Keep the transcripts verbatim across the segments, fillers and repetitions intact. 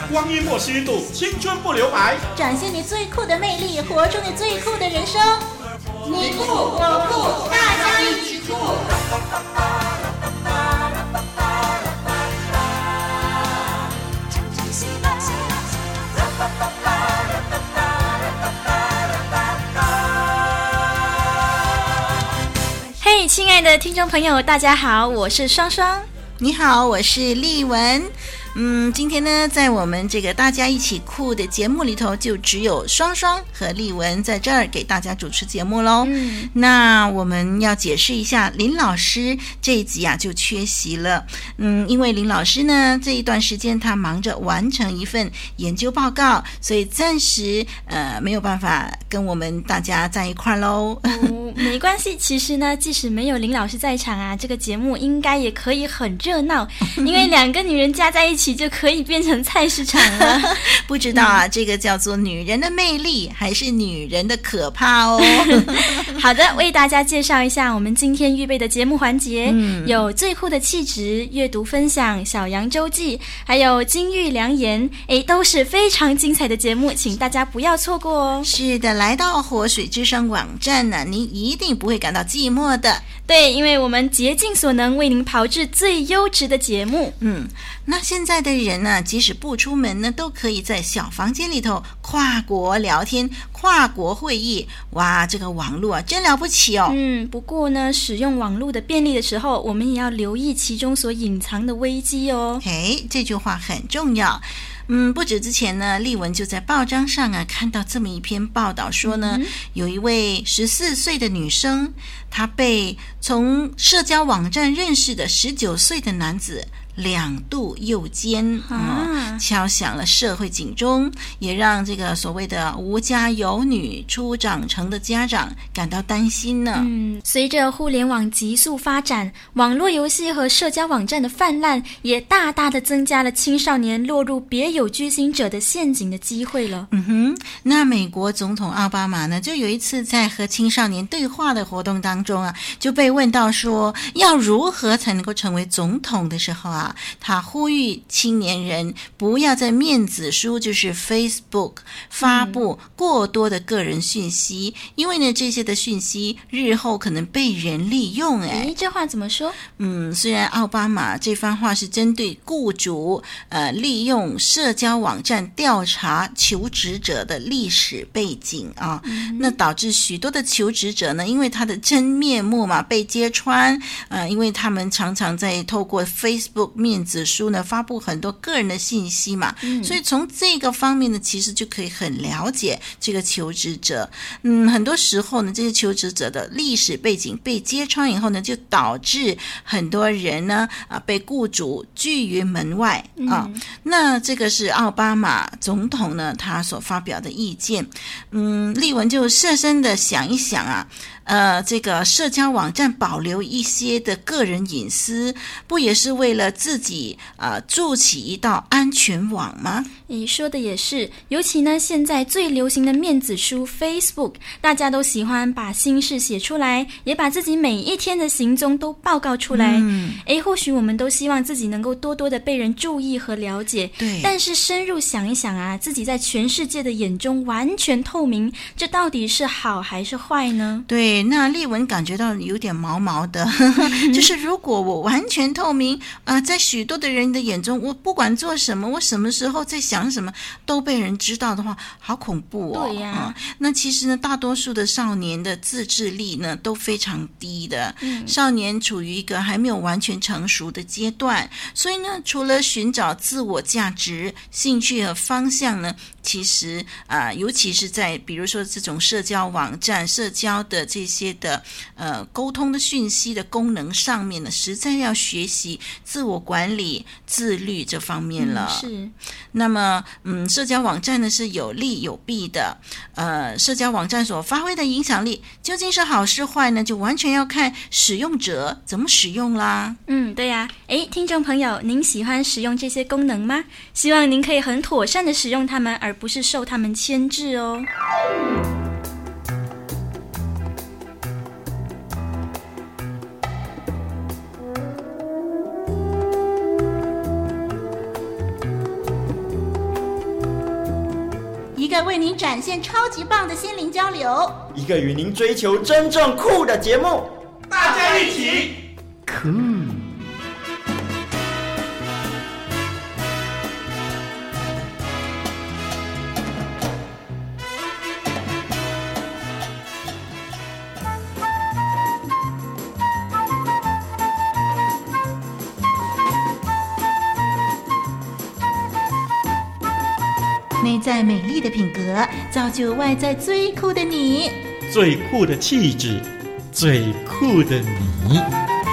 光阴莫虚度，青春不留白， 展现你最酷的魅力，活出你最酷的人生。 你酷我酷，大家一起酷。 嘿，亲爱的听众朋友，大家好，我是双双。 你好，我是丽文。嗯，今天呢，在我们这个大家一起酷的节目里头，就只有双双和丽文在这儿给大家主持节目喽。嗯，那我们要解释一下，林老师这一集啊就缺席了。嗯，因为林老师呢这一段时间他忙着完成一份研究报告，所以暂时呃没有办法跟我们大家在一块喽。 哦，没关系，其实呢，即使没有林老师在场啊，这个节目应该也可以很热闹，因为两个女人加在一起就可以变成菜市场了。 不知道啊、嗯、这个叫做女人的魅力还是女人的可怕哦。 好的，为大家介绍一下我们今天预备的节目环节、嗯、有最酷的气质、阅读分享、小羊周记，还有金玉良言，诶，都是非常精彩的节目，请大家不要错过哦。 是的，来到活水之声网站呢，您一定不会感到寂寞的。 对，因为我们竭尽所能为您炮制最优质的节目。 嗯，那现在的人呢，即使不出门呢，都可以在小房间里头跨国聊天、跨国会议。哇，这个网络啊，真了不起哦。 嗯，不过呢，使用网络的便利的时候，我们也要留意其中所隐藏的危机哦。 嘿，这句话很重要。嗯，不止之前呢，丽文就在报章上啊看到这么一篇报道说呢，嗯、有一位十四岁的女生，她被从社交网站认识的十九岁的男子两度诱奸，啊、嗯，敲响了社会警钟，也让这个所谓的无家有女初长成的家长感到担心呢。 嗯，随着互联网急速发展，网络游戏和社交网站的泛滥，也大大的增加了青少年落入别有居心者的陷阱的机会了。 嗯哼，那美国总统奥巴马呢，就有一次在和青少年对话的活动当中啊，就被问到说要如何才能够成为总统的时候啊。他呼吁青年人不要在面子书，就是 Facebook 发布过多的个人讯息、嗯、因为呢这些的讯息日后可能被人利用。哎， 这话怎么说？ 嗯，虽然奥巴马这番话是针对雇主呃利用社交网站调查求职者的历史背景啊、嗯，那导致许多的求职者呢，因为他的真面目嘛被揭穿，呃，因为他们常常在透过 Facebook面子书呢发布很多个人的信息嘛、嗯、所以从这个方面呢其实就可以很了解这个求职者。嗯，很多时候呢这些求职者的历史背景被揭穿以后呢，就导致很多人呢啊被雇主拒于门外啊、嗯。那这个是奥巴马总统呢他所发表的意见。嗯，丽文就设身的想一想啊，呃，这个社交网站保留一些的个人隐私，不也是为了自己呃筑起一道安全网吗？ 你说的也是，尤其呢现在最流行的面子书 Facebook， 大家都喜欢把心事写出来，也把自己每一天的行踪都报告出来。嗯，诶，或许我们都希望自己能够多多的被人注意和了解。 对， 但是深入想一想啊，自己在全世界的眼中完全透明，这到底是好还是坏呢？ 对，那丽文感觉到有点毛毛的，就是如果我完全透明啊、呃，在许多的人的眼中，我不管做什么，我什么时候在想什么都被人知道的话，好恐怖哦。 对呀、啊嗯，那其实呢，大多数的少年的自制力呢都非常低的、嗯、少年处于一个还没有完全成熟的阶段，所以呢，除了寻找自我价值、兴趣和方向呢，其实啊、呃，尤其是在比如说这种社交网站、社交的这些的呃沟通的讯息的功能上面呢，实在要学习自我管理、自律这方面了。 嗯、是。 那么，嗯，社交网站呢是有利有弊的。呃，社交网站所发挥的影响力究竟是好是坏呢？就完全要看使用者怎么使用啦。 嗯，对呀、啊。诶，听众朋友，您喜欢使用这些功能吗？希望您可以很妥善的使用它们，而不是受它们牵制哦。 个为您展现超级棒的心灵交流， 一个与您追求真正酷的节目， 大家一起酷。 内在美丽的品格造就外在最酷的你， 最酷的气质，最酷的你。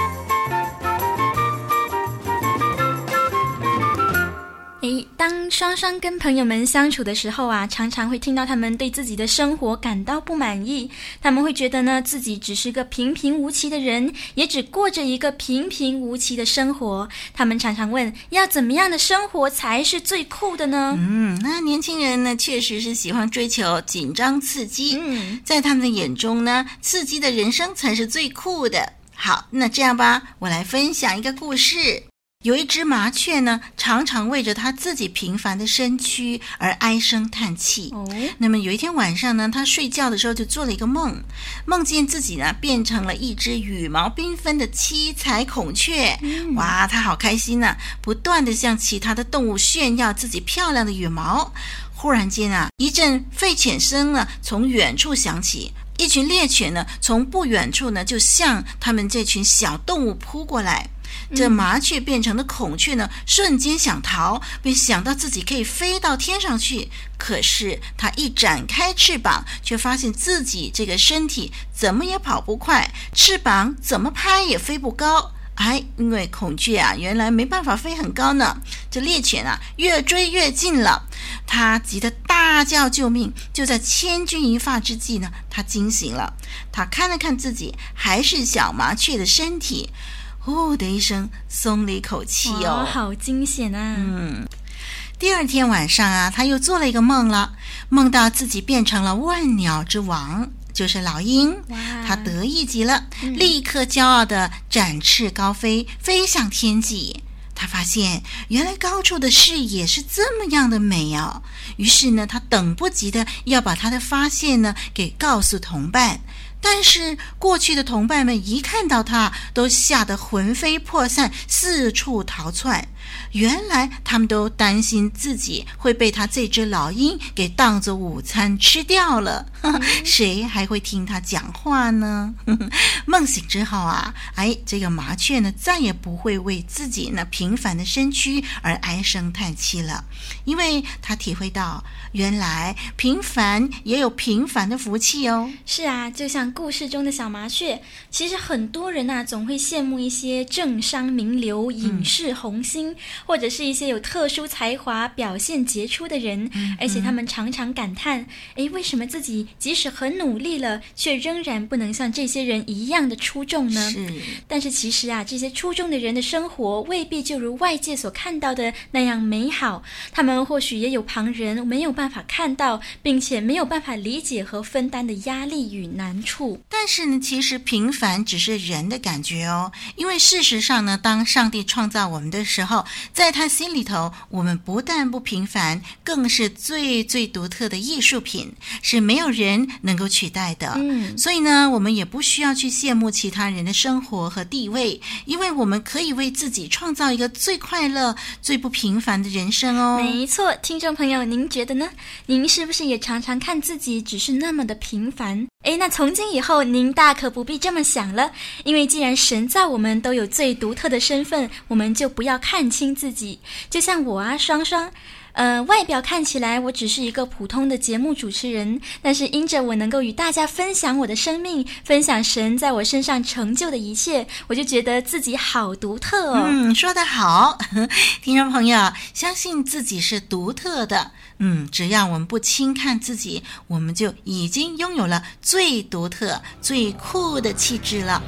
诶，当双双跟朋友们相处的时候啊，常常会听到他们对自己的生活感到不满意。他们会觉得呢，自己只是个平平无奇的人，也只过着一个平平无奇的生活。他们常常问，要怎么样的生活才是最酷的呢？ 嗯，那年轻人呢，确实是喜欢追求紧张刺激。 嗯， 在他们的眼中呢，刺激的人生才是最酷的。好，那这样吧，我来分享一个故事。有一只麻雀呢，常常为着它自己平凡的身躯而唉声叹气。 哦， 那么有一天晚上呢，它睡觉的时候就做了一个梦，梦见自己呢变成了一只羽毛缤纷的七彩孔雀。嗯、哇，它好开心啊，不断地向其他的动物炫耀自己漂亮的羽毛。忽然间啊，一阵吠犬声呢从远处响起。一群猎犬呢，从不远处呢，就向他们这群小动物扑过来。这麻雀变成的孔雀呢，瞬间想逃，并想到自己可以飞到天上去。可是它一展开翅膀，却发现自己这个身体怎么也跑不快，翅膀怎么拍也飞不高。哎，因为孔雀啊，原来没办法飞很高呢。这猎犬啊，越追越近了，它急得大叫救命。就在千钧一发之际呢，它惊醒了。它看了看自己还是小麻雀的身体，呼的一声松了一口气哦， 好惊险啊！ 嗯，第二天晚上啊，他又做了一个梦了，梦到自己变成了万鸟之王。就是老鹰，他得意极了，立刻骄傲地展翅高飞，飞向天际。他发现原来高处的视野是这么样的美哦，于是呢，他等不及的要把他的发现呢给告诉同伴。但是过去的同伴们一看到他，都吓得魂飞魄散，四处逃窜。原来他们都担心自己会被他这只老鹰给当作午餐吃掉了，谁还会听他讲话呢？梦醒之后啊，哎，这个麻雀呢，再也不会为自己那平凡的身躯而唉声叹气了，因为他体会到，原来平凡也有平凡的福气哦。 是啊，就像故事中的小麻雀，其实很多人啊，总会羡慕一些政商名流、影视红星，嗯、或者是一些有特殊才华、表现杰出的人，嗯、而且他们常常感叹：哎，为什么自己即使很努力了，却仍然不能像这些人一样的出众呢？ 是。 但是其实啊，这些出众的人的生活未必就如外界所看到的那样美好，他们或许也有旁人没有办法看到，并且没有办法理解和分担的压力与难处。 但是呢，其实平凡只是人的感觉哦，因为事实上呢，当上帝创造我们的时候，在他心里头，我们不但不平凡，更是最最独特的艺术品，是没有人能够取代的。 嗯， 所以呢，我们也不需要去羡慕其他人的生活和地位，因为我们可以为自己创造一个最快乐、最不平凡的人生哦。 没错，听众朋友，您觉得呢？您是不是也常常看自己只是那么的平凡？诶，那从今以后您大可不必这么想了，因为既然神造我们都有最独特的身份，我们就不要看轻自己。就像我啊，双双呃，外表看起来我只是一个普通的节目主持人，但是因着我能够与大家分享我的生命，分享神在我身上成就的一切，我就觉得自己好独特哦。 嗯，说得好。听众朋友，相信自己是独特的。嗯，只要我们不轻看自己，我们就已经拥有了最独特、最酷的气质了。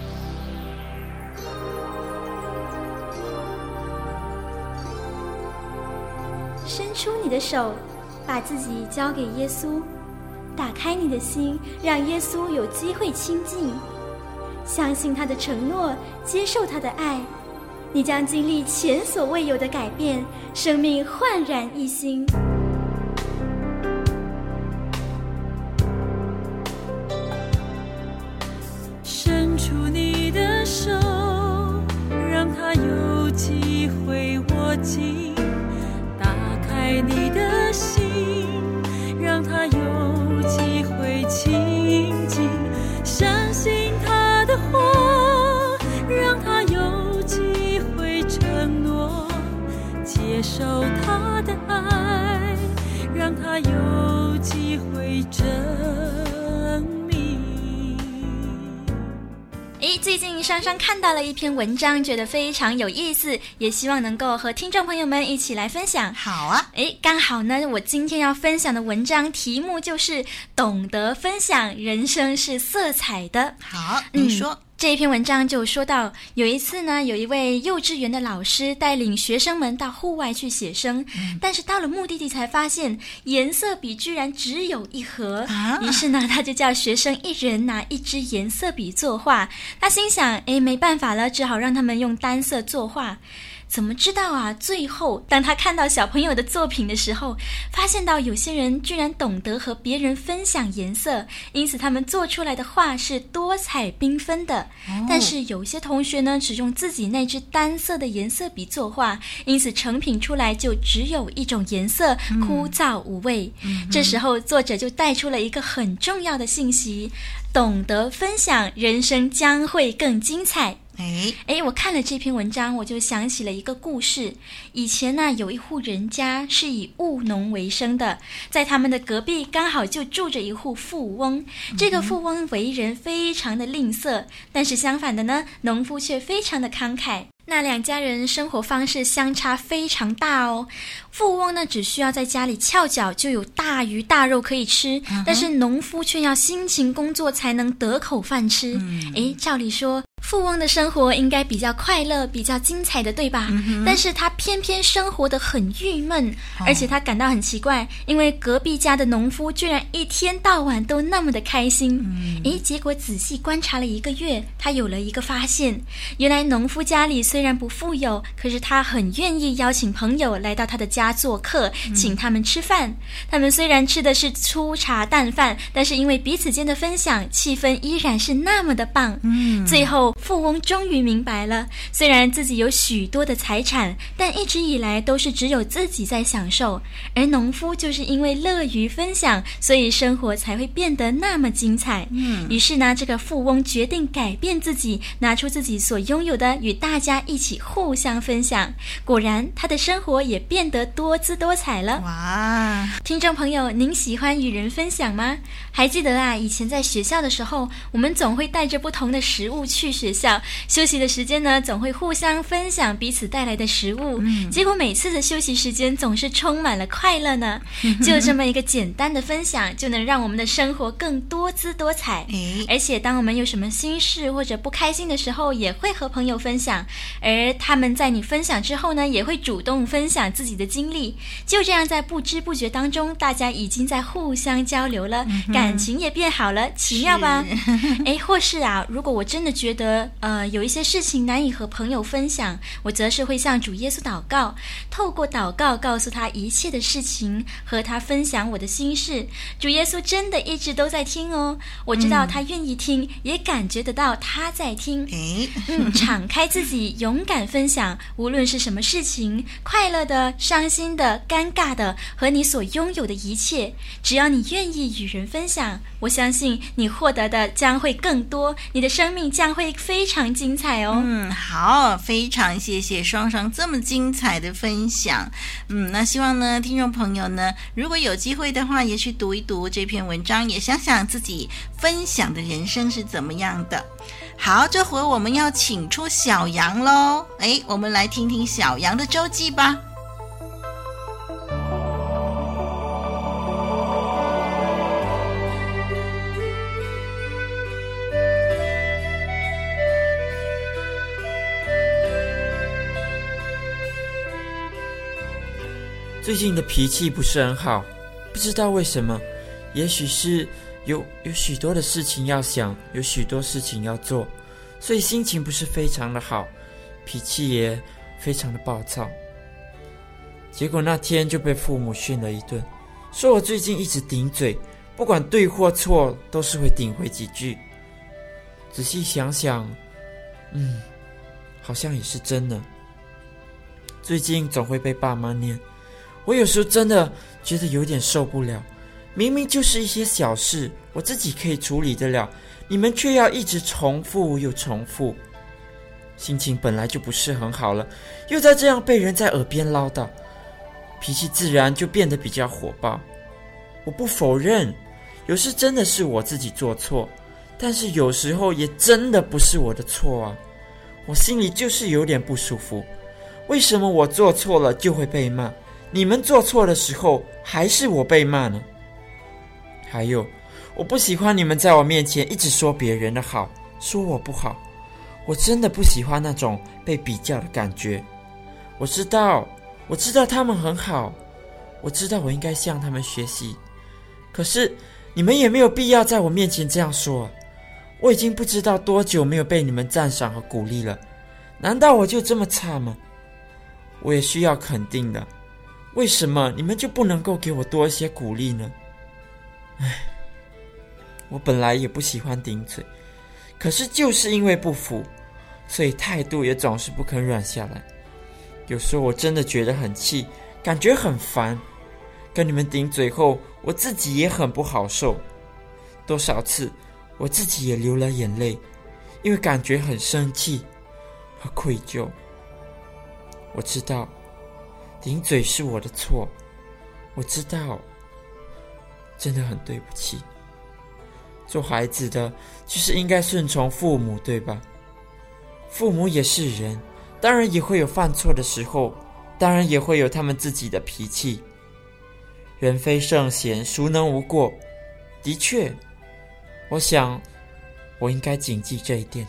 伸出你的手，把自己交给耶稣，打开你的心，让耶稣有机会亲近，相信他的承诺，接受他的爱，你将经历前所未有的改变，生命焕然一新。 证明。 诶，最近双双看到了一篇文章，觉得非常有意思，也希望能够和听众朋友们一起来分享。 好啊， 诶，刚好呢，我今天要分享的文章题目就是懂得分享，人生是色彩的。 好，你说。嗯， 这一篇文章就说到，有一次呢，有一位幼稚园的老师带领学生们到户外去写生，嗯、但是到了目的地才发现颜色笔居然只有一盒，啊、于是呢，他就叫学生一人拿一支颜色笔作画。他心想，诶，没办法了，只好让他们用单色作画。怎么知道啊？最后当他看到小朋友的作品的时候，发现到有些人居然懂得和别人分享颜色，因此他们做出来的画是多彩缤纷的。哦、但是有些同学呢，只用自己那支单色的颜色笔作画，因此成品出来就只有一种颜色，嗯、枯燥无味。嗯、这时候作者就带出了一个很重要的信息：懂得分享，人生将会更精彩。哎哎，我看了这篇文章，我就想起了一个故事。以前呢，有一户人家是以务农为生的，在他们的隔壁刚好就住着一户富翁。这个富翁为人非常的吝啬，但是相反的呢，农夫却非常的慷慨。那两家人生活方式相差非常大哦。富翁呢，只需要在家里翘脚就有大鱼大肉可以吃，嗯、但是农夫却要辛勤工作才能得口饭吃。嗯、诶，照理说富翁的生活应该比较快乐，比较精彩的，对吧？嗯、但是他偏偏生活得很郁闷，哦、而且他感到很奇怪，因为隔壁家的农夫居然一天到晚都那么的开心。嗯、诶，结果仔细观察了一个月，他有了一个发现，原来农夫家里虽然不富有，可是他很愿意邀请朋友来到他的家做客，请他们吃饭。嗯、他们虽然吃的是粗茶淡饭，但是因为彼此间的分享，气氛依然是那么的棒。嗯、最后富翁终于明白了，虽然自己有许多的财产，但一直以来都是只有自己在享受，而农夫就是因为乐于分享，所以生活才会变得那么精彩。嗯，于是呢，这个富翁决定改变自己，拿出自己所拥有的与大家一起互相分享。果然他的生活也变得多姿多彩了。哇，听众朋友，您喜欢与人分享吗？还记得啊，以前在学校的时候，我们总会带着不同的食物去学校，休息的时间呢，总会互相分享彼此带来的食物。嗯、结果每次的休息时间总是充满了快乐呢。就这么一个简单的分享，就能让我们的生活更多姿多彩。而且当我们有什么心事或者不开心的时候，也会和朋友分享，而他们在你分享之后呢，也会主动分享自己的经历。就这样在不知不觉当中，大家已经在互相交流了，嗯、感情也变好了，奇妙吧？诶，或是啊，如果我真的觉得呃有一些事情难以和朋友分享，我则是会向主耶稣祷告，透过祷告告诉他一切的事情，和他分享我的心事。主耶稣真的一直都在听哦，我知道他愿意听，嗯、也感觉得到他在听。嗯，敞开自己，勇敢分享，无论是什么事情，快乐的、伤心的、尴尬的，和你所拥有的一切，只要你愿意与人分享，我相信你获得的将会更多，你的生命将会非常精彩哦。 嗯，好，非常谢谢双双这么精彩的分享。嗯，那希望呢，听众朋友呢，如果有机会的话，也去读一读这篇文章，也想想自己分享的人生是怎么样的。好，这回我们要请出小羊咯。诶，我们来听听小羊的周记吧。 最近的脾气不是很好，不知道为什么，也许是有有许多的事情要想，有许多事情要做，所以心情不是非常的好，脾气也非常的暴躁。结果那天就被父母训了一顿，说我最近一直顶嘴，不管对或错都是会顶回几句。仔细想想，嗯，好像也是真的。最近总会被爸妈念，我有时候真的觉得有点受不了，明明就是一些小事，我自己可以处理得了，你们却要一直重复又重复。心情本来就不是很好了，又在这样被人在耳边唠叨，脾气自然就变得比较火爆。我不否认， 有时真的是我自己做错，但是有时候也真的不是我的错啊。我心里就是有点不舒服，为什么我做错了就会被骂，你们做错的时候还是我被骂呢？还有，我不喜欢你们在我面前一直说别人的好，说我不好，我真的不喜欢那种被比较的感觉。我知道，我知道他们很好，我知道我应该向他们学习，可是你们也没有必要在我面前这样说啊。我已经不知道多久没有被你们赞赏和鼓励了，难道我就这么差吗？我也需要肯定的，为什么你们就不能够给我多一些鼓励呢？唉，我本来也不喜欢顶嘴，可是就是因为不服，所以态度也总是不肯软下来。有时候我真的觉得很气，感觉很烦，跟你们顶嘴后，我自己也很不好受。多少次我自己也流了眼泪，因为感觉很生气和愧疚。我知道顶嘴是我的错，我知道，真的很对不起。做孩子的就是应该顺从父母，对吧？父母也是人，当然也会有犯错的时候，当然也会有他们自己的脾气。人非圣贤，孰能无过？的确，我想我应该谨记这一点。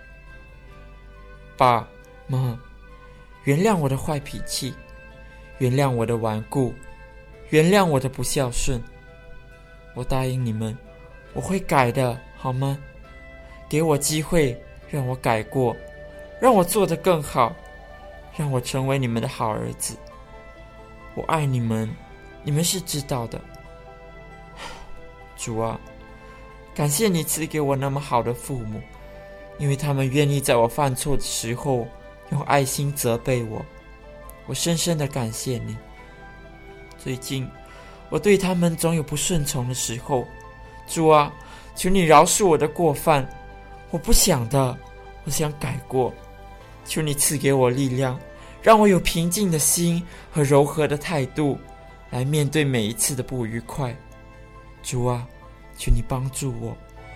爸妈，原谅我的坏脾气，原谅我的顽固，原谅我的不孝顺。我答应你们，我会改的，好吗？给我机会，让我改过，让我做得更好，让我成为你们的好儿子。我爱你们，你们是知道的。主啊，感谢你赐给我那么好的父母，因为他们愿意在我犯错的时候用爱心责备我，我深深的感谢你。最近我对他们总有不顺从的时候，主啊，求你饶恕我的过犯，我不想的，我想改过。求你赐给我力量，让我有平静的心和柔和的态度来面对每一次的不愉快。主啊，求你帮助我。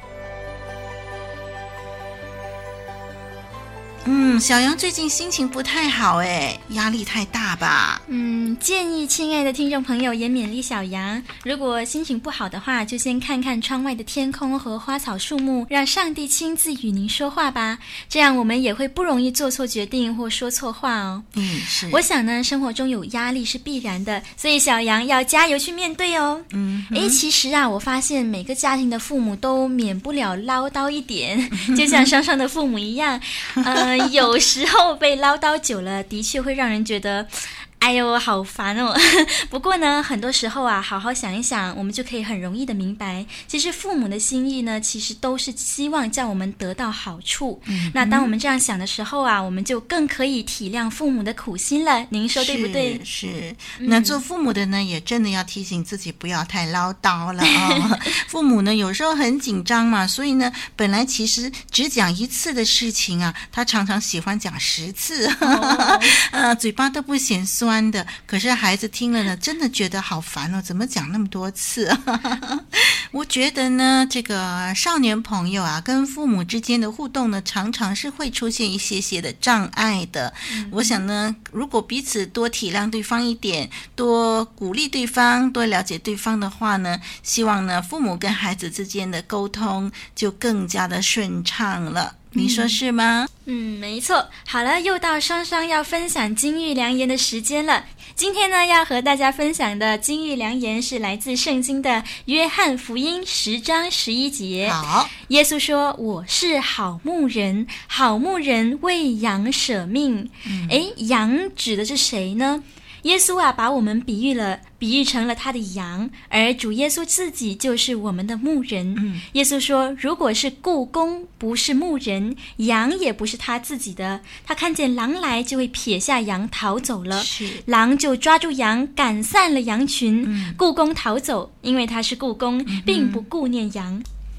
嗯，小杨最近心情不太好诶，压力太大吧？ 嗯，建议亲爱的听众朋友也勉励小杨，如果心情不好的话，就先看看窗外的天空和花草树木，让上帝亲自与您说话吧，这样我们也会不容易做错决定或说错话哦。 嗯，是。 我想呢，生活中有压力是必然的，所以小杨要加油去面对哦。 嗯， 诶，其实啊，我发现每个家庭的父母都免不了唠叨一点，就像双双的父母一样，呃。有时候被唠叨久了，的确会让人觉得哎呦好烦哦。不过呢，很多时候啊，好好想一想，我们就可以很容易的明白，其实父母的心意呢，其实都是希望叫我们得到好处。嗯，那当我们这样想的时候啊，我们就更可以体谅父母的苦心了。您说对不对？ 是, 是那做父母的呢、嗯、也真的要提醒自己不要太唠叨了哦。父母呢有时候很紧张嘛，所以呢本来其实只讲一次的事情啊，他常常喜欢讲十次。哦呃、嘴巴都不嫌酸的，可是孩子听了呢真的觉得好烦哦，怎么讲那么多次？我觉得呢这个少年朋友啊跟父母之间的互动呢常常是会出现一些些的障碍的。嗯、我想呢如果彼此多体谅对方一点，多鼓励对方，多了解对方的话呢，希望呢父母跟孩子之间的沟通就更加的顺畅了。你说是吗？ 嗯，没错。好了，又到双双要分享金玉良言的时间了。今天呢，要和大家分享的金玉良言是来自圣经的约翰福音十章十一节。 好， 耶稣说：“我是好牧人，好牧人为羊舍命。”嗯，诶，羊指的是谁呢？耶稣啊，把我们比喻了，比喻成了他的羊，而主耶稣自己就是我们的牧人。嗯，耶稣说，如果是雇工不是牧人，羊也不是他自己的，他看见狼来就会撇下羊逃走了，狼就抓住羊赶散了羊群。嗯，雇工逃走，因为他是雇工，并不顾念羊。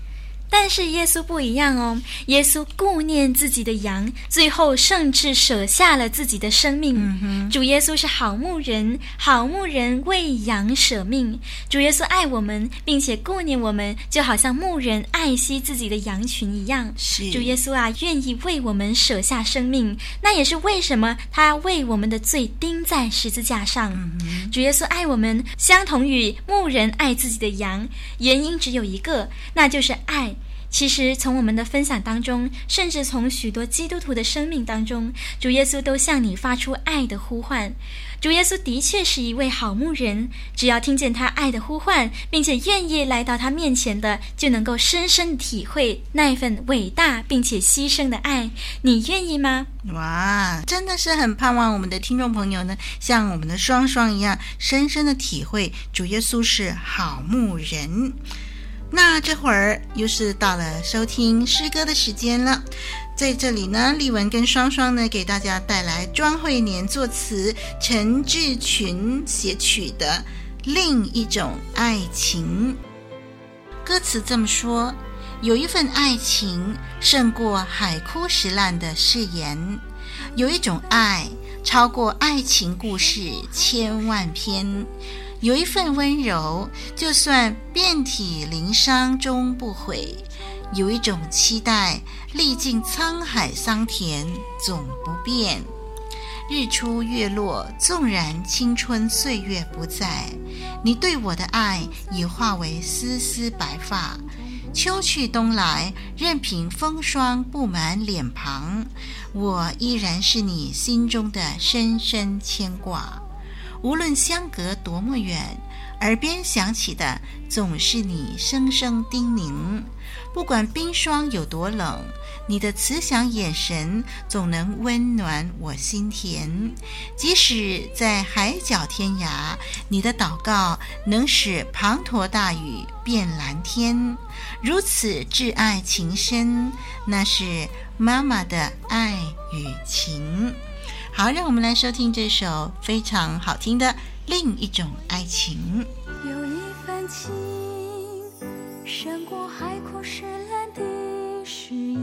但是耶稣不一样哦，耶稣顾念自己的羊，最后甚至舍下了自己的生命。 嗯、 主耶稣是好牧人，好牧人为羊舍命。主耶稣爱我们，并且顾念我们，就好像牧人爱惜自己的羊群一样。 是主耶稣啊，愿意为我们舍下生命，那也是为什么他为我们的罪钉在十字架上。 嗯、 主耶稣爱我们，相同于牧人爱自己的羊，原因只有一个，那就是爱。其实从我们的分享当中，甚至从许多基督徒的生命当中，主耶稣都向你发出爱的呼唤。主耶稣的确是一位好牧人，只要听见他爱的呼唤，并且愿意来到他面前的，就能够深深体会那份伟大并且牺牲的爱。你愿意吗？ 哇，真的是很盼望我们的听众朋友呢，像我们的双双一样，深深的体会主耶稣是好牧人。那这会儿又是到了收听诗歌的时间了，在这里呢，丽文跟双双呢给大家带来庄慧年作词，陈志群写曲的《另一种爱情》。歌词这么说：有一份爱情胜过海枯石烂的誓言，有一种爱超过爱情故事千万篇，有一份温柔，就算遍体鳞伤终不悔；有一种期待，历尽沧海桑田总不变。日出月落，纵然青春岁月不在，你对我的爱已化为丝丝白发。秋去冬来，任凭风霜布满脸庞，我依然是你心中的深深牵挂。无论相隔多么远，耳边响起的总是你声声叮咛。不管冰霜有多冷，你的慈祥眼神总能温暖我心田。即使在海角天涯，你的祷告能使滂沱大雨变蓝天。如此挚爱情深，那是妈妈的爱与情。好，让我们来收听这首非常好听的《另一种爱情》。 有一份情胜过海枯石烂的誓言，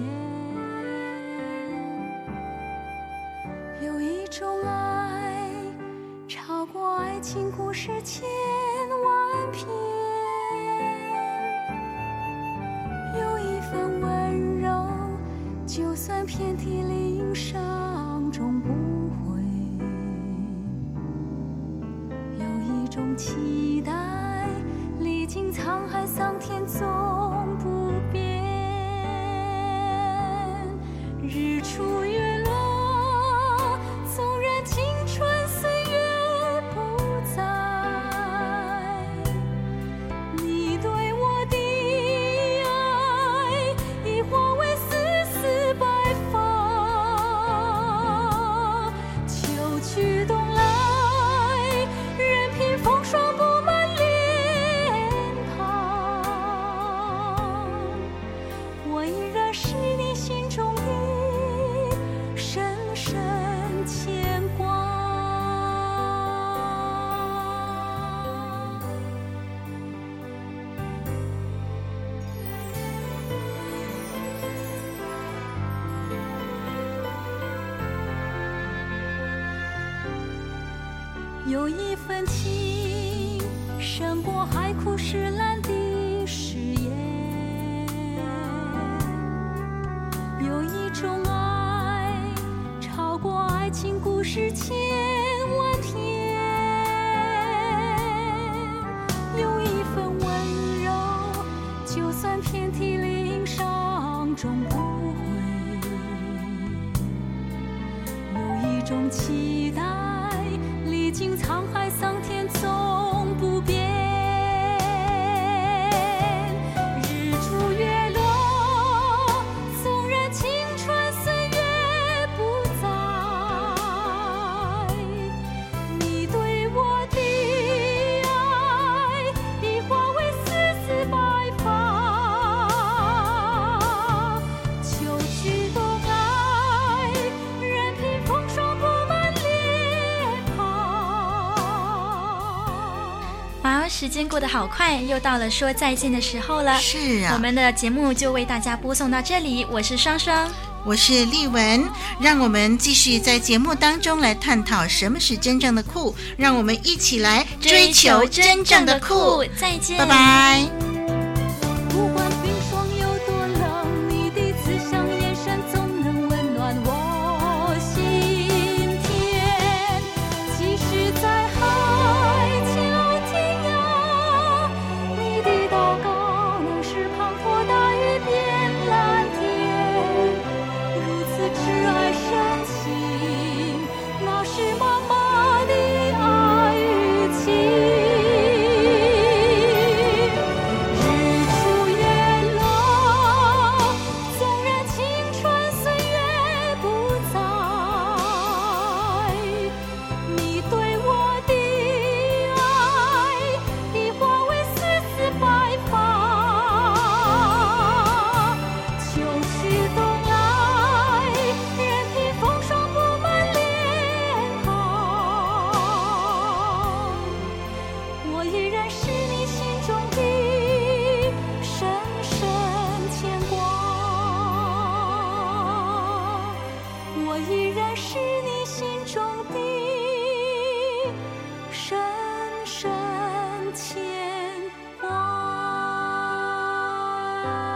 有一种爱超过爱情故事千万篇，有一份温柔，就算遍体鳞伤终不悔，有一种期待，历经沧海桑田总不变。日出月落，纵然青春岁月不在，你对我的爱已化为丝丝白发。秋去冬来，任凭风霜布满脸庞，我依然是你心中的深深牵挂。有一份情胜过海枯石烂的誓言，有一种爱超过爱情故事千万篇，有一份温柔，就算遍体鳞伤终不悔，有一种期待，历经沧海桑田总不变。日出月落，纵然青春岁月不在，你对我的爱已化为丝丝白发。秋去冬来，任凭风霜布满脸庞， 时间过得好快，又到了说再见的时候了。 是啊， 我们的节目就为大家播送到这里。我是双双， 我是丽文，让我们继续在节目当中来探讨什么是真正的酷，让我们一起来追求真正的酷。 再见， 拜拜。 不管冰霜有多冷，你的慈祥眼神总能温暖我心田。即使在海角天涯，你的祷告能使滂沱大雨变蓝天。如此挚爱深情，那是妈妈的爱与情。深深牵挂。